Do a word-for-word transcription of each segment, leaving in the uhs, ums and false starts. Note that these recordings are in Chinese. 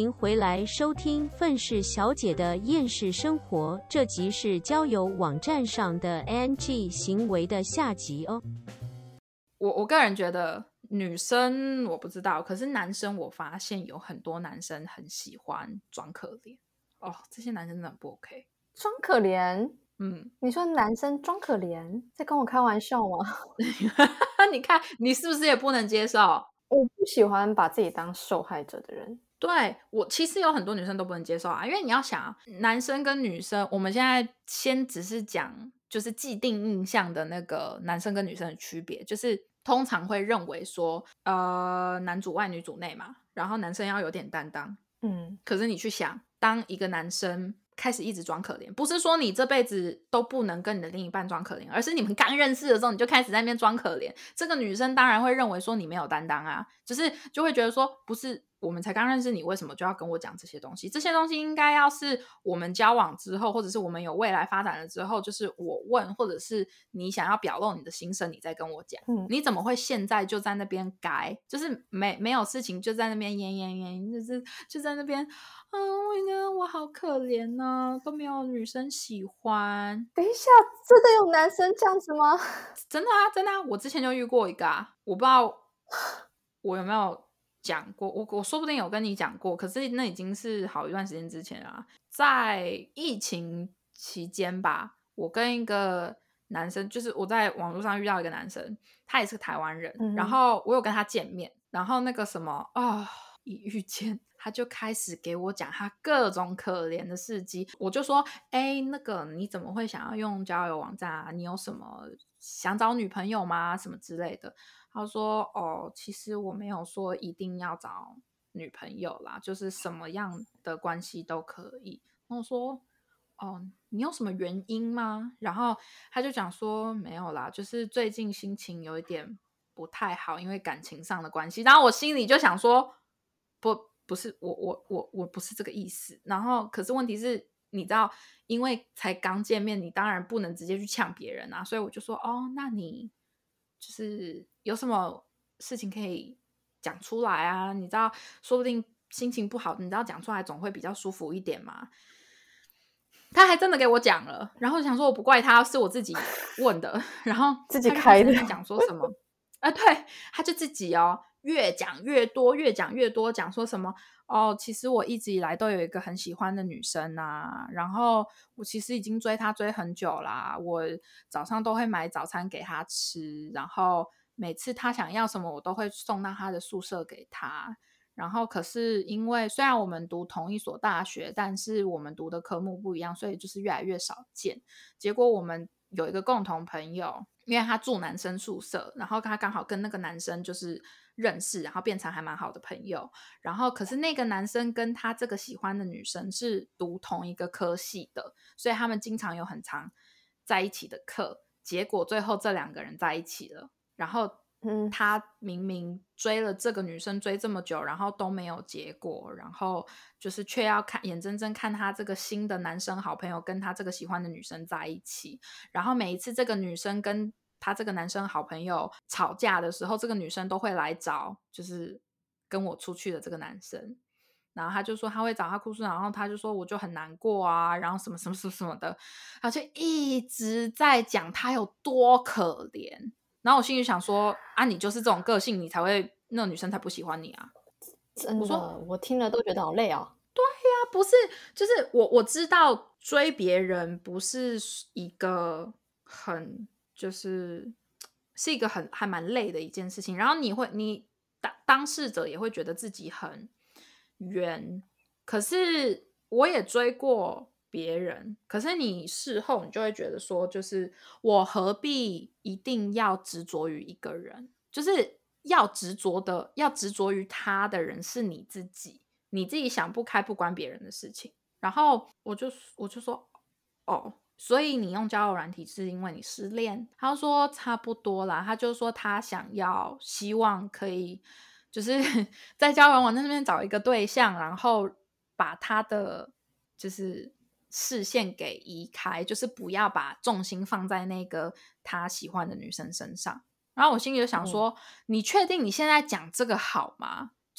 您回来收听愤世小姐的厌世生活，这集是交友网站上的 A N G 行为的下集哦。 我我个人觉得女生我不知道，可是男生我发现有很多男生很喜欢装可怜哦，这些男生真的很不 OK。 装可怜？ 嗯， 你说男生装可怜，在跟我开玩笑吗？ 你看你是不是也不能接受？ 我不喜欢把自己当受害者的人。 对，我其实有很多女生都不能接受啊，因为你要想男生跟女生，我们现在先只是讲就是既定印象的那个男生跟女生的区别，就是通常会认为说呃男主外女主内嘛，然后男生要有点担当。 嗯， 可是你去想，当一个男生开始一直装可怜，不是说你这辈子都不能跟你的另一半装可怜，而是你们刚认识的时候你就开始在那边装可怜，这个女生当然会认为说你没有担当啊，就是就会觉得说不是我们才刚认识你，为什么就要跟我讲这些东西？这些东西应该要是我们交往之后，或者是我们有未来发展了之后，就是我问，或者是你想要表露你的心声，你再跟我讲。 嗯， 你怎么会现在就在那边改？就是没没有事情就在那边演演演，就是就在那边，啊，我觉得我好可怜呢、都没有女生喜欢。 等一下，真的有男生这样子吗？ 真的啊，真的啊，我之前就遇过一个啊，我不知道我有没有讲过，我我说不定有跟你讲过，可是那已经是好一段时间之前啊，在疫情期间吧，我跟一个男生，就是我在网络上遇到一个男生，他也是个台湾人， 嗯哼然后我有跟他见面，然后那个什么啊、哦，一遇见他就开始给我讲他各种可怜的事迹，我就说，哎，那个你怎么会想要用交友网站啊？你有什么想找女朋友吗？什么之类的？他说，哦，其实我没有说一定要找女朋友啦，就是什么样的关系都可以。然后我说，哦，你有什么原因吗？然后他就讲说没有啦，就是最近心情有一点不太好，因为感情上的关系。然后我心里就想说，不，不是我我我我不是这个意思。然后可是问题是，你知道，因为才刚见面，你当然不能直接去呛别人啊，所以我就说，哦，那你就是有什么事情可以讲出来啊？你知道，说不定心情不好，你知道讲出来总会比较舒服一点嘛。他还真的给我讲了，然后想说我不怪他，是我自己问的，然后自己他就开的开始在那边讲说什么，啊，对，他就自己哦，越讲越多，越讲越多，讲说什么哦，其实我一直以来都有一个很喜欢的女生啊，然后我其实已经追她追很久啦，我早上都会买早餐给她吃，然后每次她想要什么，我都会送到她的宿舍给她。然后可是因为虽然我们读同一所大学，但是我们读的科目不一样，所以就是越来越少见。结果我们有一个共同朋友，因为他住男生宿舍，然后他刚好跟那个男生就是认识，然后变成还蛮好的朋友。然后可是那个男生跟他这个喜欢的女生是读同一个科系的，所以他们经常有很常在一起的课。结果最后这两个人在一起了，然后嗯， 他明明追了这个女生追这么久，然后都没有结果，然后就是却要看眼睁睁看他这个新的男生好朋友跟他这个喜欢的女生在一起，然后每一次这个女生跟他这个男生好朋友吵架的时候，这个女生都会来找就是跟我出去的这个男生，然后他就说他会找他哭诉，然后他就说我就很难过啊，然后什么什么什么什么的，他就一直在讲他有多可怜。然后我心里想说啊，你就是这种个性，你才会那种女生才不喜欢你啊。 真的， 我说我听了都觉得好累哦。 啊，不是，就是我我知道追别人不是一个很就是是一个很还蛮累的一件事情，然后你会你当当事者也会觉得自己很冤，可是我也追过别人，可是你事后你就会觉得说，就是我何必一定要执着于一个人，就是要执着的要执着于他的人是你自己。你自己想不开不关别人的事情。然后我就我就说哦，所以你用交友软体是因为你失恋？他说差不多啦，他就说他想要希望可以就是在交友网站那边找一个对象，然后把他的就是视线给移开，就是不要把重心放在那个他喜欢的女生身上。然后我心里就想说， 嗯、 你确定你现在讲这个好吗？就是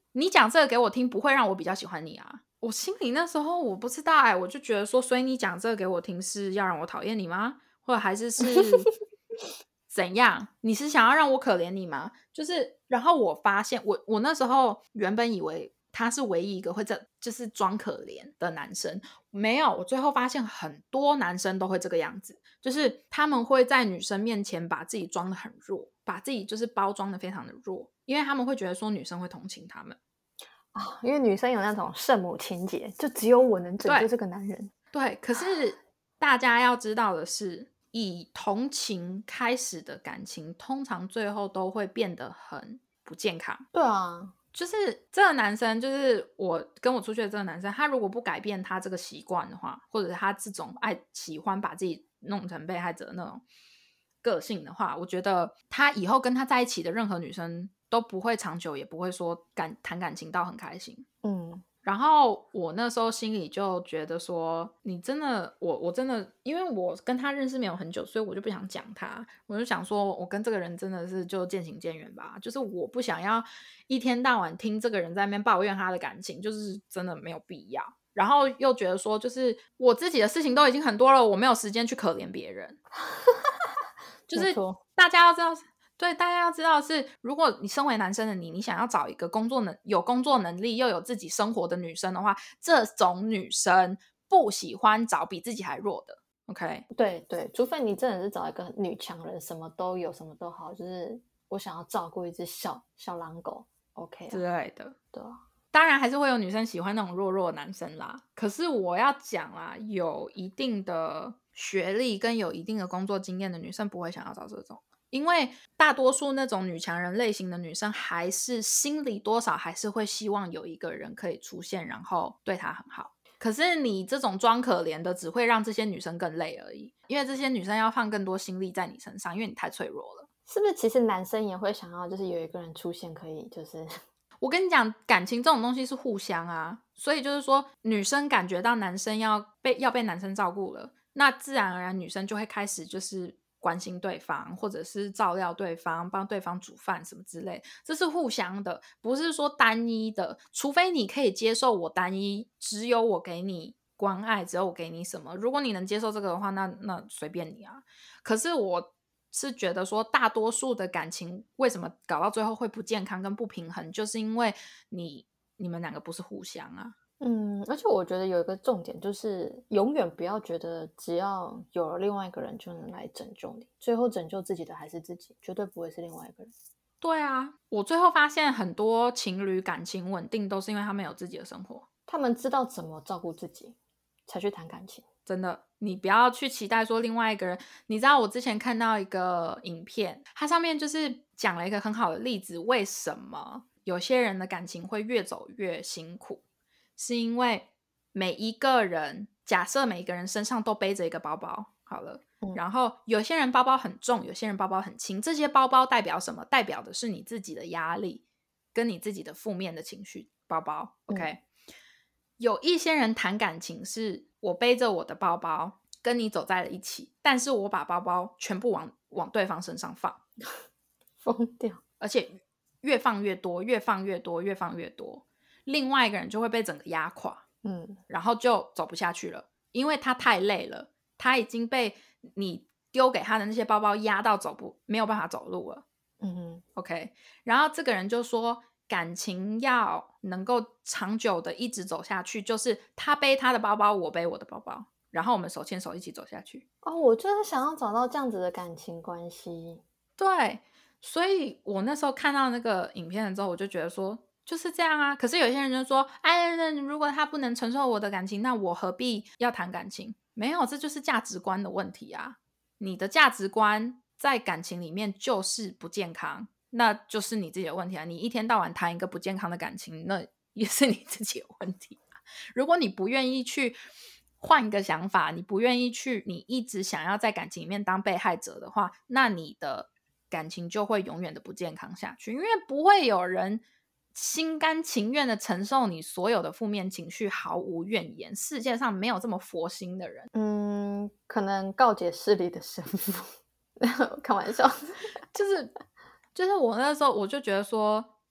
你讲这个给我听不会让我比较喜欢你啊。我心里那时候我不知道哎、欸，我就觉得说，所以你讲这个给我听是要让我讨厌你吗？或者还是是怎样？你是想要让我可怜你吗？就是然后我发现我我那时候原本以为他是唯一一个会这就是装可怜的男生，没有，我最后发现很多男生都会这个样子，就是他们会在女生面前把自己装得很弱，把自己就是包装得非常的弱，因为他们会觉得说女生会同情他们啊，因为女生有那种圣母情节，就只有我能拯救这个男人。 对，可是大家要知道的是，以同情开始的感情，通常最后都会变得很不健康。 对啊， 就是这个男生，就是我跟我出去的这个男生，他如果不改变他这个习惯的话，或者他这种爱喜欢把自己弄成被害者的那种个性的话，我觉得他以后跟他在一起的任何女生都不会长久，也不会说感谈感情到很开心。 嗯， 然后我那时候心里就觉得说，你真的，我我真的，因为我跟他认识没有很久，所以我就不想讲他，我就想说，我跟这个人真的是就渐行渐远吧，就是我不想要一天到晚听这个人在那边抱怨他的感情，就是真的没有必要。然后又觉得说，就是我自己的事情都已经很多了，我没有时间去可怜别人。就是大家要知道，对，大家要知道是，如果你身为男生的你，你想要找一个工作能有工作能力又有自己生活的女生的话，这种女生不喜欢找比自己还弱的。OK， 对对，除非你真的是找一个女强人，什么都有，什么都好，就是我想要照顾一只小小狼狗 ，OK 之类的， 对啊。 当然还是会有女生喜欢那种弱弱的男生啦。可是我要讲啦，有一定的学历跟有一定的工作经验的女生不会想要找这种，因为大多数那种女强人类型的女生还是心里多少还是会希望有一个人可以出现，然后对她很好。可是你这种装可怜的只会让这些女生更累而已，因为这些女生要放更多心力在你身上，因为你太脆弱了。 是不是其实男生也会想要就是有一个人出现可以就是我跟你讲，感情这种东西是互相啊，所以就是说女生感觉到男生要被要被男生照顾了，那自然而然女生就会开始就是关心对方，或者是照料对方，帮对方煮饭什么之类，这是互相的，不是说单一的，除非你可以接受我单一，只有我给你关爱，只有我给你什么，如果你能接受这个的话，那那随便你啊。可是我是觉得说大多数的感情为什么搞到最后会不健康跟不平衡，就是因为你你们两个不是互相啊。 嗯，而且我觉得有一个重点就是永远不要觉得只要有了另外一个人就能来拯救你，最后拯救自己的还是自己，绝对不会是另外一个人。 对啊，我最后发现很多情侣感情稳定都是因为他们有自己的生活， 他们知道怎么照顾自己才去谈感情。 真的，你不要去期待说另外一个人。你知道我之前看到一个影片，它上面就是讲了一个很好的例子，为什么有些人的感情会越走越辛苦，是因为每一个人，假设每一个人身上都背着一个包包好了， 嗯， 然后有些人包包很重，有些人包包很轻，这些包包代表什么？代表的是你自己的压力跟你自己的负面的情绪包包。 OK， 嗯， 有一些人谈感情是我背着我的包包跟你走在了一起，但是我把包包全部往往对方身上放， 疯掉， 而且越放越多，越放越多，越放越多，另外一个人就会被整个压垮， 嗯， 然后就走不下去了，因为他太累了，他已经被你丢给他的那些包包压到走不没有办法走路了。 嗯哼 OK， 然后这个人就说感情要能够长久的一直走下去，就是他背他的包包，我背我的包包，然后我们手牵手一起走下去。 哦，我就是想要找到这样子的感情关系。 对，所以我那时候看到那个影片了之后，我就觉得说就是这样啊。可是有些人就说，哎，那如果他不能承受我的感情，那我何必要谈感情？没有，这就是价值观的问题啊。你的价值观在感情里面就是不健康，那就是你自己的问题啊。你一天到晚谈一个不健康的感情，那也是你自己的问题啊。如果你不愿意去换一个想法，你不愿意去，你一直想要在感情里面当被害者的话，那你的感情就会永远的不健康下去，因为不会有人心甘情愿的承受你所有的负面情绪，毫无怨言。世界上没有这么佛心的人。 嗯，可能告解室里的神父开玩笑就是就是我那时候我就觉得说，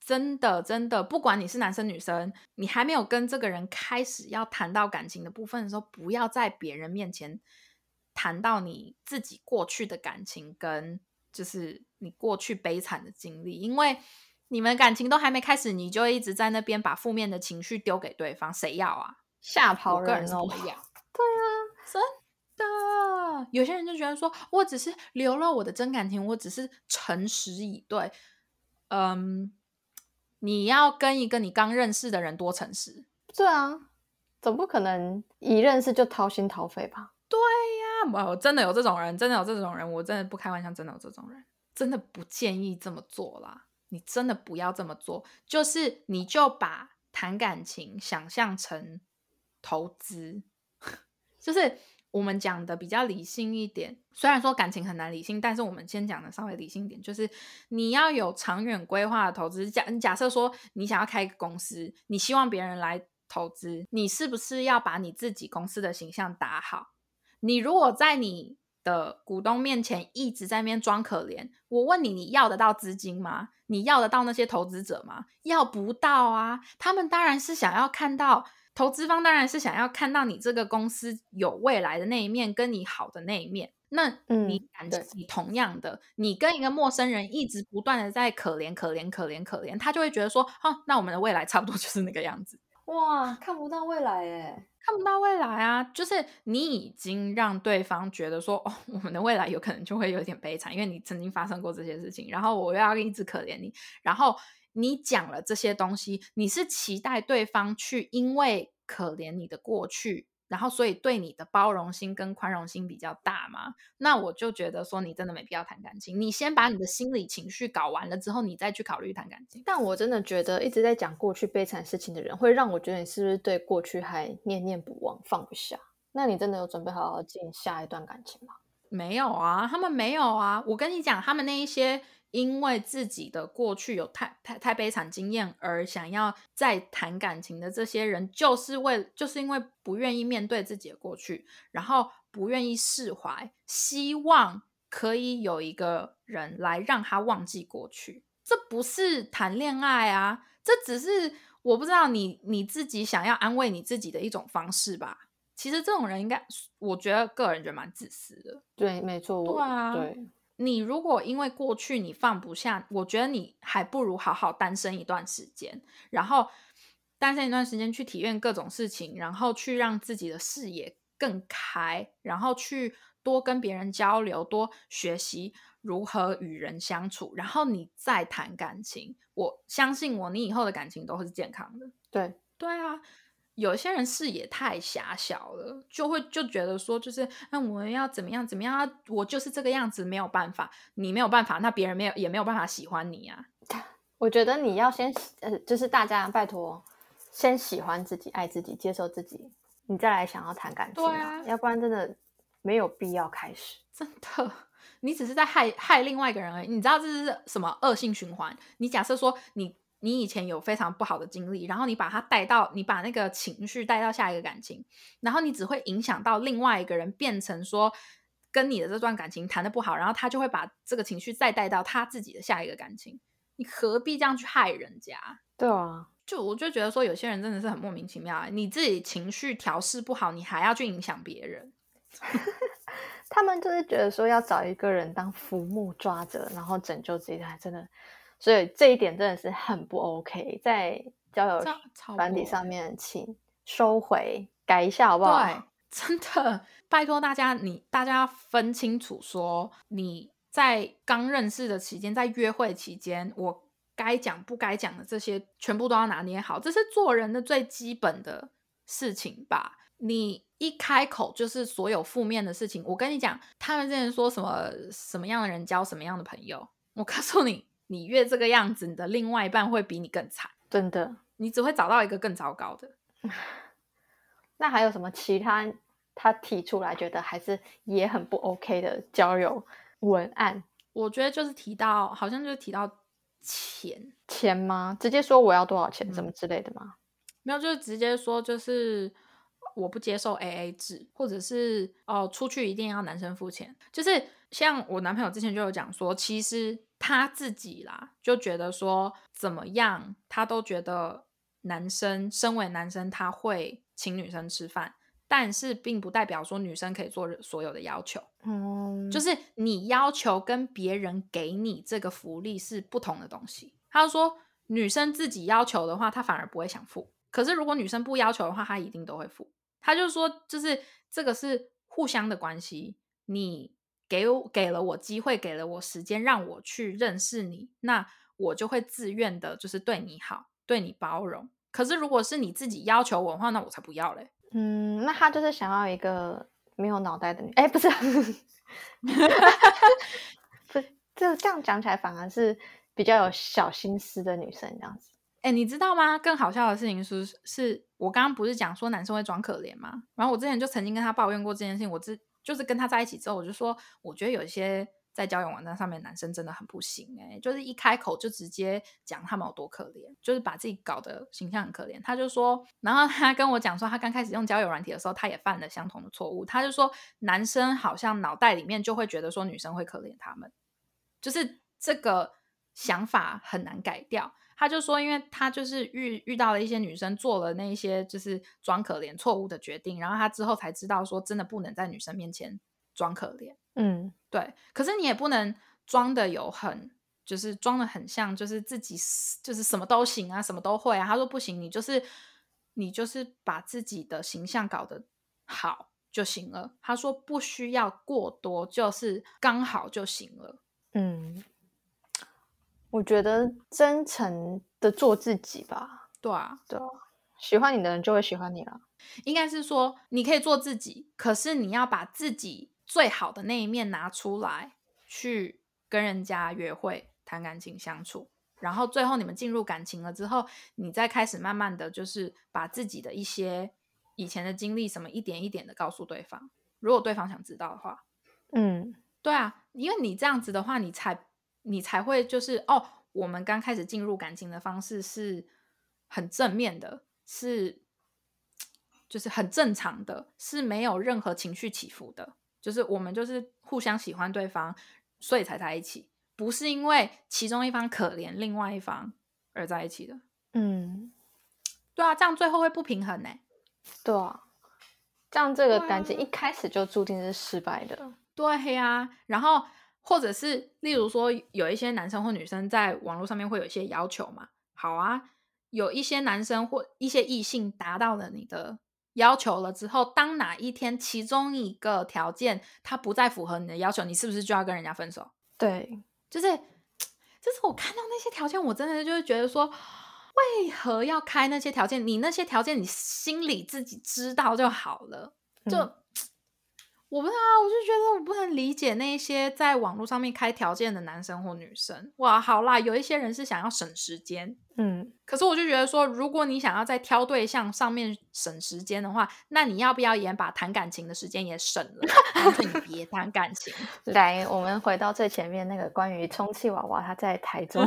真的真的，不管你是男生女生，你还没有跟这个人开始要谈到感情的部分的时候，不要在别人面前谈到你自己过去的感情跟就是你过去悲惨的经历，因为你们感情都还没开始，你就一直在那边把负面的情绪丢给对方，谁要啊？ 吓跑我个人人哦。 是不会要。 对啊， 真的，有些人就觉得说，我只是流露我的真感情，我只是诚实以对。嗯，你要跟一个你刚认识的人多诚实？ 对啊，总不可能一认识就掏心掏肺吧？ 对呀，我真的有这种人，真的有这种人，我真的不开玩笑，真的有这种人，真的不建议这么做啦。你真的不要这么做，就是你就把谈感情想象成投资，就是我们讲的比较理性一点。虽然说感情很难理性，但是我们先讲的稍微理性一点，就是你要有长远规划的投资。假假设说你想要开一个公司，你希望别人来投资，你是不是要把你自己公司的形象打好？你如果在你的股东面前一直在那边装可怜，我问你，你要得到资金吗？你要得到那些投资者吗？要不到啊。他们当然是想要看到，投资方当然是想要看到你这个公司有未来的那一面，跟你好的那一面。那你感情、 嗯、 你同样的，你跟一个陌生人一直不断的在可怜可怜可怜可怜，他就会觉得说，哦，那我们的未来差不多就是那个样子。 哇，看不到未来耶， 看不到未来啊，就是你已经让对方觉得说，哦，我们的未来有可能就会有点悲惨，因为你曾经发生过这些事情，然后我又要一直可怜你，然后你讲了这些东西，你是期待对方去因为可怜你的过去，然后所以对你的包容心跟宽容心比较大吗？那我就觉得说你真的没必要谈感情，你先把你的心理情绪搞完了之后，你再去考虑谈感情。 但我真的觉得一直在讲过去悲惨事情的人，会让我觉得你是不是对过去还念念不忘，放不下？那你真的有准备好好进下一段感情吗？ 没有啊，他们没有啊。我跟你讲，他们那一些因为自己的过去有太太太悲惨经验而想要再谈感情的这些人，就是为就是因为不愿意面对自己的过去，然后不愿意释怀，希望可以有一个人来让他忘记过去。这不是谈恋爱啊，这只是我不知道你你自己想要安慰你自己的一种方式吧。其实这种人应该，我觉得个人觉得蛮自私的。 对，没错， 对啊， 对， 你如果因为过去你放不下，我觉得你还不如好好单身一段时间，然后单身一段时间去体验各种事情，然后去让自己的视野更开，然后去多跟别人交流，多学习如何与人相处，然后你再谈感情。我相信我，你以后的感情都是健康的。 对， 对啊。有些人视野太狭小了，就会就觉得说，就是那我们要怎么样怎么样，我就是这个样子，没有办法，你没有办法，那别人没有也没有办法喜欢你啊。 我觉得你要先呃，就是大家拜托，先喜欢自己，爱自己，接受自己，你再来想要谈感情啊， 啊要不然真的没有必要开始。 真的，你只是在害害另外一个人而已。你知道这是什么恶性循环？你假设说你。你以前有非常不好的经历，然后你把它带到，你把那个情绪带到下一个感情，然后你只会影响到另外一个人，变成说跟你的这段感情谈得不好，然后他就会把这个情绪再带到他自己的下一个感情，你何必这样去害人家？ 对啊， 就我就觉得说有些人真的是很莫名其妙，你自己情绪调试不好，你还要去影响别人。 他们就是觉得说要找一个人当浮木抓着，然后拯救自己，还真的。所以这一点真的是很不 OK， 在交友软体上面请收回，改一下好不好？ 对，真的拜托大家，你大家要分清楚说，你在刚认识的期间，在约会期间，我该讲不该讲的这些全部都要拿捏好，这是做人的最基本的事情吧。你一开口就是所有负面的事情，我跟你讲，他们之前说什么什么样的人交什么样的朋友，我告诉你，你越这个样子，你的另外一半会比你更惨， 真的， 你只会找到一个更糟糕的。 那还有什么其他他提出来觉得还是也很不 OK 的交友文案？ 我觉得就是提到，好像就是提到钱。 钱吗？直接说我要多少钱， 嗯、 什么之类的吗？ 没有，就是直接说就是我不接受 A A 制，或者是哦出去一定要男生付钱。就是像我男朋友之前就有讲说，其实他自己啦就觉得说怎么样他都觉得男生身为男生他会请女生吃饭，但是并不代表说女生可以做所有的要求。嗯，就是你要求跟别人给你这个福利是不同的东西。他就说女生自己要求的话他反而不会想付，可是如果女生不要求的话他一定都会付。他就说就是这个是互相的关系，你给给了我机会，给了我时间让我去认识你，那我就会自愿的就是对你好，对你包容。可是如果是你自己要求我的话，那我才不要嘞。 嗯，那他就是想要一个没有脑袋的女，哎，不是不是，这这样讲起来反而是比较有小心思的女生这样子。 哎，你知道吗？更好笑的事情是，是我刚刚不是讲说男生会装可怜吗？然后我之前就曾经跟他抱怨过这件事情。我之就是跟他在一起之后，我就说，我觉得有一些在交友网站上面男生真的很不行哎、欸，就是一开口就直接讲他们有多可怜，就是把自己搞得形象很可怜。他就说，然后他跟我讲说，他刚开始用交友软体的时候，他也犯了相同的错误。他就说，男生好像脑袋里面就会觉得说女生会可怜他们，就是这个想法很难改掉。他就说因为他就是遇遇到了一些女生做了那些就是装可怜错误的决定，然后他之后才知道说真的不能在女生面前装可怜。嗯，对。可是你也不能装的有很就是装的很像就是自己就是什么都行啊，什么都会啊。他说不行，你就是你就是把自己的形象搞得好就行了。他说不需要过多，就是刚好就行了。嗯， 我觉得真诚的做自己吧。 对啊， 对啊，喜欢你的人就会喜欢你了。 应该是说你可以做自己，可是你要把自己最好的那一面拿出来去跟人家约会谈感情相处，然后最后你们进入感情了之后，你再开始慢慢的就是把自己的一些以前的经历什么一点一点的告诉对方，如果对方想知道的话。嗯，对啊，因为你这样子的话你才你才会就是哦，我们刚开始进入感情的方式是很正面的，是就是很正常的，是没有任何情绪起伏的，就是我们就是互相喜欢对方所以才在一起，不是因为其中一方可怜另外一方而在一起的。嗯，对啊，这样最后会不平衡欸。 对啊，这样这个感情一开始就注定是失败的。 对啊，然后或者是例如说有一些男生或女生在网络上面会有一些要求嘛，好啊，有一些男生或一些异性达到了你的要求了之后，当哪一天其中一个条件他不再符合你的要求，你是不是就要跟人家分手？ 对， 就是就是我看到那些条件我真的就会觉得说为何要开那些条件，你那些条件你心里自己知道就好了。就、嗯我不知道，我就觉得我不能理解那些在网络上面开条件的男生或女生。哇，好啦，有一些人是想要省时间，嗯，可是我就觉得说，如果你想要在挑对象上面省时间的话，那你要不要也把谈感情的时间也省了？干脆你别谈感情。 来，我们回到最前面那个关于充气娃娃，他在台中。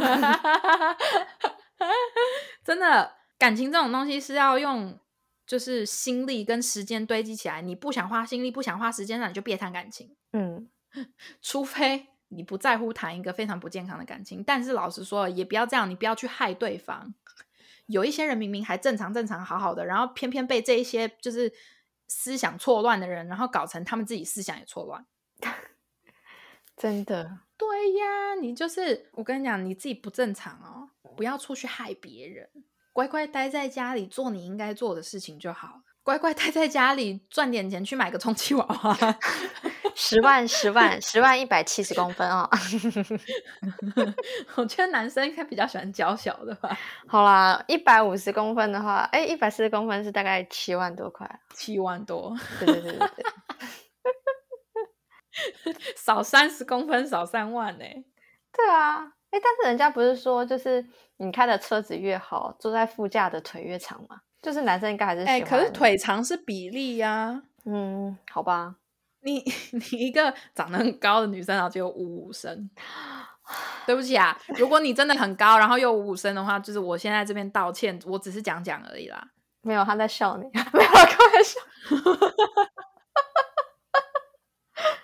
真的，感情这种东西是要用。就是心力跟时间堆积起来，你不想花心力不想花时间，那你就别谈感情。嗯，除非你不在乎谈一个非常不健康的感情，但是老实说也不要这样，你不要去害对方。有一些人明明还正常正常好好的，然后偏偏被这一些就是思想错乱的人然后搞成他们自己思想也错乱。 真的。 对呀，你就是我跟你讲你自己不正常哦，不要出去害别人，乖乖待在家里做你应该做的事情就好了，乖乖待在家里赚点钱去买个充气娃娃。 十万十万十万一百七十公分哦。 我觉得男生应该比较喜欢娇小的吧。 好啦，一百五十公分的话，哎，一百四十公分是大概七万多块。 七万多。 对对对对对。 少三十公分少三万呢、欸。 对啊。哎，但是人家不是说，就是你开的车子越好，坐在副驾的腿越长吗？就是男生应该还是喜欢。 哎，可是腿长是比例呀、啊。 嗯，好吧。 你你一个长得很高的女生，然后就有五五身。对不起啊，如果你真的很高，然后又五五身的话，就是我现在这边道歉，我只是讲讲而已啦。 没有，他在笑你，没有开玩笑。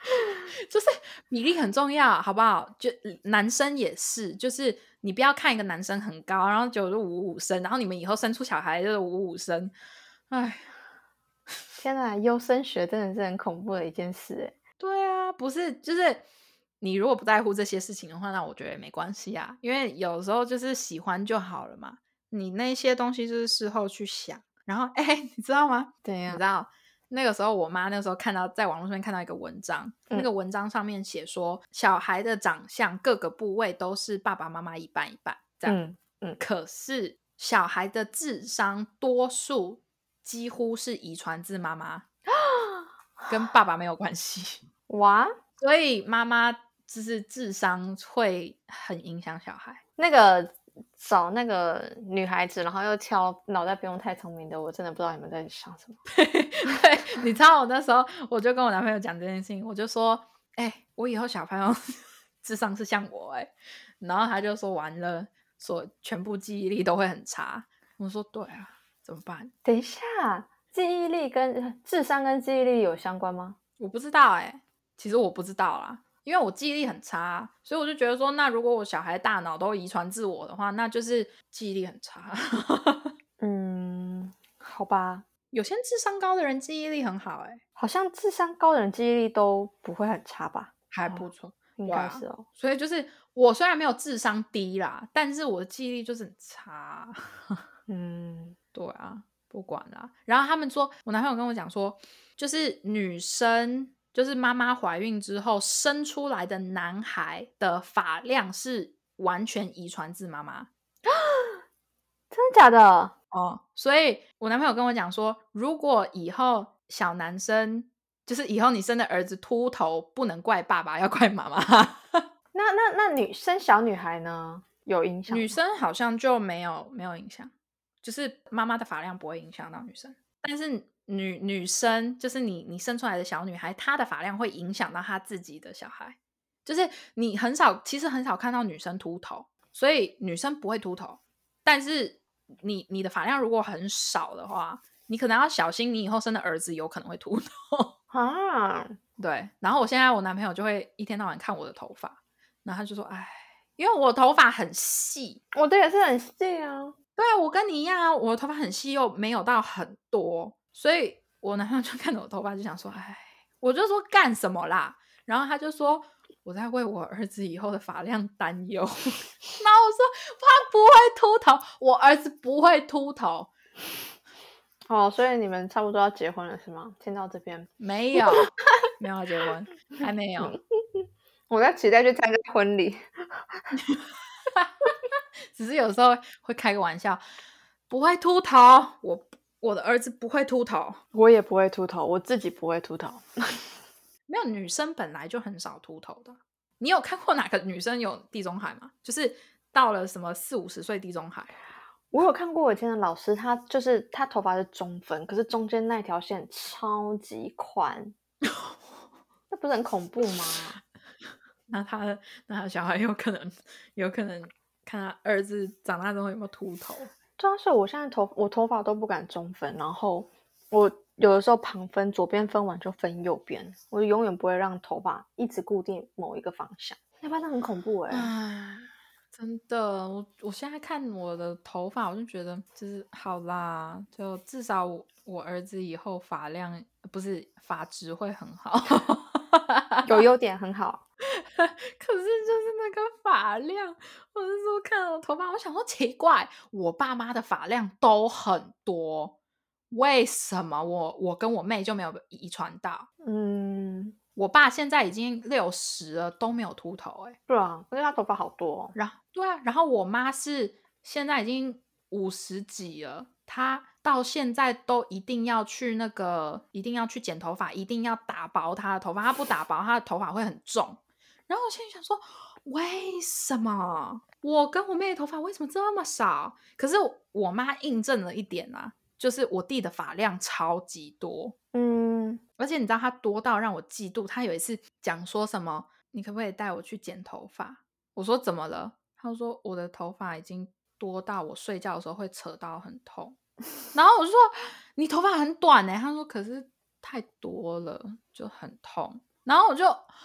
就是比例很重要，好不好？就男生也是，就是你不要看一个男生很高，然后就五五身，然后你们以后生出小孩就是五五身，哎， 天哪，优生学真的是很恐怖的一件事哎。 对啊，不是，就是你如果不在乎这些事情的话，那我觉得也没关系啊，因为有时候就是喜欢就好了嘛。你那些东西就是事后去想，然后哎，你知道吗？ 怎样？ 你知道那个时候我妈那个时候看到在网络上面看到一个文章，嗯、那个文章上面写说小孩的长相各个部位都是爸爸妈妈一半一半这样，嗯嗯，可是小孩的智商多数几乎是遗传自妈妈，跟爸爸没有关系。 哇， 所以妈妈就是智商会很影响小孩。 那个找那个女孩子，然后又挑脑袋不用太聪明的，我真的不知道你们在想什么。 对，你知道我那时候我就跟我男朋友讲这件事情，我就说，哎、欸，我以后小朋友智商是像我哎、欸，然后他就说完了，说全部记忆力都会很差。我说对啊，怎么办？ 等一下，记忆力跟智商跟记忆力有相关吗？ 我不知道哎、欸，其实我不知道啦。因为我记忆力很差，所以我就觉得说，那如果我小孩大脑都遗传自我的话，那就是记忆力很差。 嗯，好吧。 有些智商高的人记忆力很好、欸， 好像智商高的人记忆力都不会很差吧？ 还不错， 哦、应该是哦、啊。 所以就是我虽然没有智商低啦，但是我的记忆力就是很差。 嗯， 对啊，不管啦。然后他们说，我男朋友跟我讲说，就是女生。就是妈妈怀孕之后生出来的男孩的发量是完全遗传自妈妈。 真的假的？ 哦，所以我男朋友跟我讲说，如果以后小男生就是以后你生的儿子秃头，不能怪爸爸，要怪妈妈。 那那那女生小女孩呢？有影响吗？ 女生好像就没有没有影响，就是妈妈的发量不会影响到女生，但是女女生就是你你生出来的小女孩，她的发量会影响到她自己的小孩，就是你很少其实很少看到女生秃头，所以女生不会秃头，但是你你的发量如果很少的话，你可能要小心你以后生的儿子有可能会秃头啊。 对，然后我现在我男朋友就会一天到晚看我的头发，然后他就说哎，因为我头发很细， 我的也是很细啊。 对啊，我跟你一样啊，我的头发很细又没有到很多，所以我男朋友就看着我头发就想说，哎，我就说干什么啦？然后他就说我在为我儿子以后的发量担忧。然后我说他不会秃头，我儿子不会秃头。 哦，所以你们差不多要结婚了是吗？听到这边没有，没有要结婚，还没有。 我在期待去参加婚礼。 只是有时候会开个玩笑，不会秃头，我我的儿子不会秃头， 我也不会秃头，我自己不会秃头。 没有，女生本来就很少秃头的。你有看过哪个女生有地中海吗？就是到了什么四五十岁地中海？ 我有看过我以前的老师，他就是他头发是中分，可是中间那条线超级宽，那不是很恐怖吗？ 那他的那他的小孩有可能有可能看他儿子长大之后有没有秃头。 对啊，所以我现在头我头发都不敢中分，然后我有的时候旁分，左边分完就分右边，我永远不会让头发一直固定某一个方向，要不然那很恐怖哎、 欸。真的，我我现在看我的头发，我就觉得就是好啦，就至少我我儿子以后发量不是发质会很好， 有优点很好。 可是就是那个发量，我是说看到我头发，我想说奇怪，我爸妈的发量都很多，为什么我我跟我妹就没有遗传到？ 嗯。 我爸现在已经六十了，都没有秃头哎、欸。 对啊，因为他头发好多、哦。 然后对啊，然后我妈是现在已经五十几了，她到现在都一定要去那个，一定要去剪头发，一定要打薄她的头发，她不打薄，她的头发会很重。然后我现在想说，为什么我跟我妹的头发为什么这么少？可是我妈印证了一点啊，就是我弟的发量超级多。 嗯， 而且你知道他多到让我嫉妒，他有一次讲说什么你可不可以带我去剪头发，我说怎么了，他说我的头发已经多到我睡觉的时候会扯到很痛。然后我就说你头发很短耶、欸、他说可是太多了就很痛。然后我就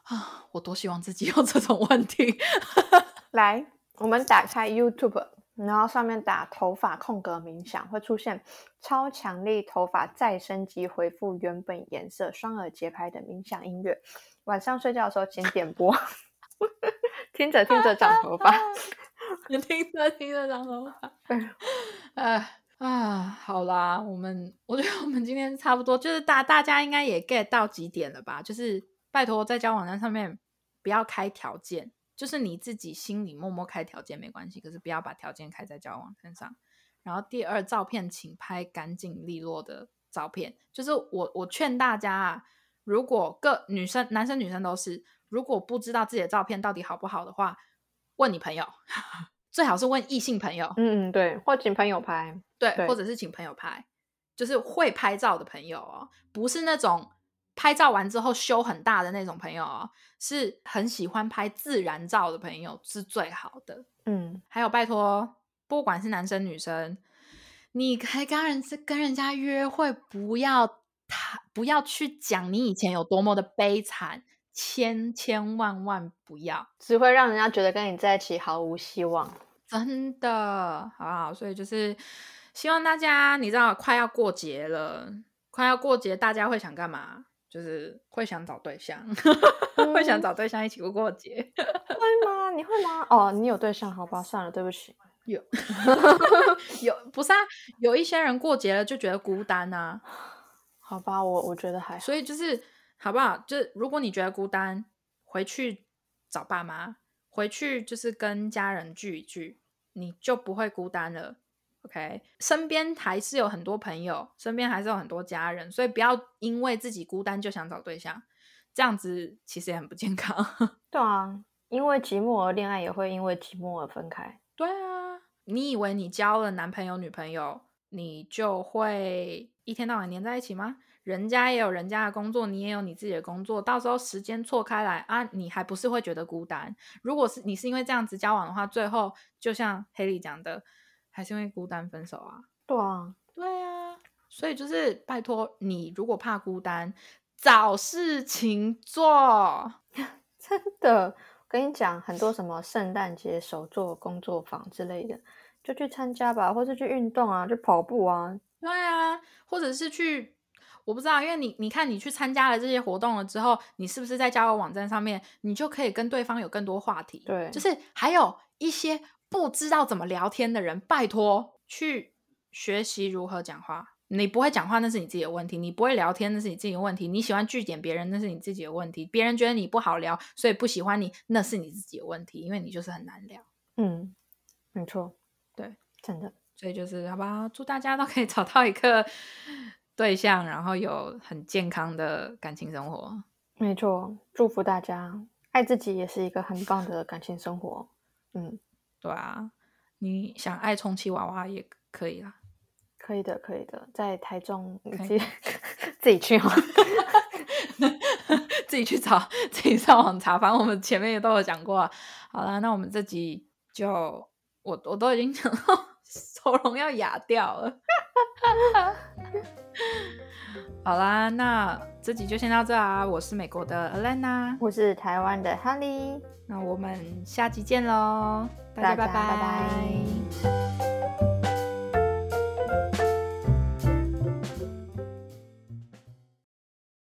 啊，我多希望自己有这种问题。 来，我们打开 YouTube， 然后上面打头发空格冥想，会出现超强力头发再生及恢复原本颜色双耳节拍的冥想音乐。晚上睡觉的时候请点播，听着听着长头发， 听着听着长头发。呃啊，好啦，我们我觉得我们今天差不多，就是大大家应该也 get 到几点了吧？就是拜托在交友网站上面不要开条件，就是你自己心里默默开条件没关系，可是不要把条件开在交友网站上。然后第二，照片请拍干净利落的照片。就是我我劝大家啊，如果各女生男生女生都是，如果不知道自己的照片到底好不好的话，问你朋友。最好是问异性朋友， 嗯，对，或请朋友拍， 对, 对， 或者是请朋友拍，就是会拍照的朋友哦，不是那种拍照完之后修很大的那种朋友哦，是很喜欢拍自然照的朋友是最好的。 嗯， 还有拜托，不管是男生女生，你可以跟人跟人家约会，不要他不要去讲你以前有多么的悲惨，千千万万不要， 只会让人家觉得跟你在一起毫无希望。 真的，好不好？所以就是希望大家，你知道快要过节了，快要过节，大家会想干嘛？就是会想找对象，嗯、会想找对象一起过过节。 会吗？你会吗？哦，你有对象？好吧，算了，对不起。 有有不是啊？有一些人过节了就觉得孤单啊。 好吧，我我觉得还好。 所以就是好不好？就是如果你觉得孤单，回去找爸妈，回去就是跟家人聚一聚，你就不会孤单了。OK， 身边还是有很多朋友，身边还是有很多家人，所以不要因为自己孤单就想找对象，这样子其实也很不健康。 对啊，因为寂寞而恋爱，也会因为寂寞而分开。 对啊，你以为你交了男朋友女朋友，你就会一天到晚黏在一起吗？人家也有人家的工作，你也有你自己的工作，到时候时间错开来啊，你还不是会觉得孤单？如果是你是因为这样子交往的话，最后就像黑莉讲的，还是因为孤单分手啊。 对啊， 对啊，所以就是拜托你，如果怕孤单，找事情做。 真的，我跟你讲，很多什么圣诞节手作工作坊之类的，就去参加吧，或是去运动啊，去跑步啊。 对啊，或者是去，我不知道，因为你你看你去参加了这些活动了之后，你是不是在交友网站上面，你就可以跟对方有更多话题？ 对， 就是还有一些不知道怎么聊天的人，拜托去学习如何讲话。你不会讲话那是你自己的问题，你不会聊天那是你自己的问题，你喜欢句点别人那是你自己的问题，别人觉得你不好聊所以不喜欢你那是你自己的问题，因为你就是很难聊。 嗯，没错， 对， 真的。 所以就是好吧，祝大家都可以找到一个对象，然后有很健康的感情生活。 没错，祝福大家，爱自己也是一个很棒的感情生活。嗯， 对啊，你想爱充气娃娃也可以啦。 可以的，可以的，在台中你自己自己去哦， 自己去找，自己上网查，反正我们前面也都有讲过啊。好啦，那我们这集就我我都已经讲到喉咙要哑掉了。好啦，那这集就先到这啊。我是美国的 Alana， 我是台湾的 Holly， 那我们下集见咯，大家拜拜。 拜拜。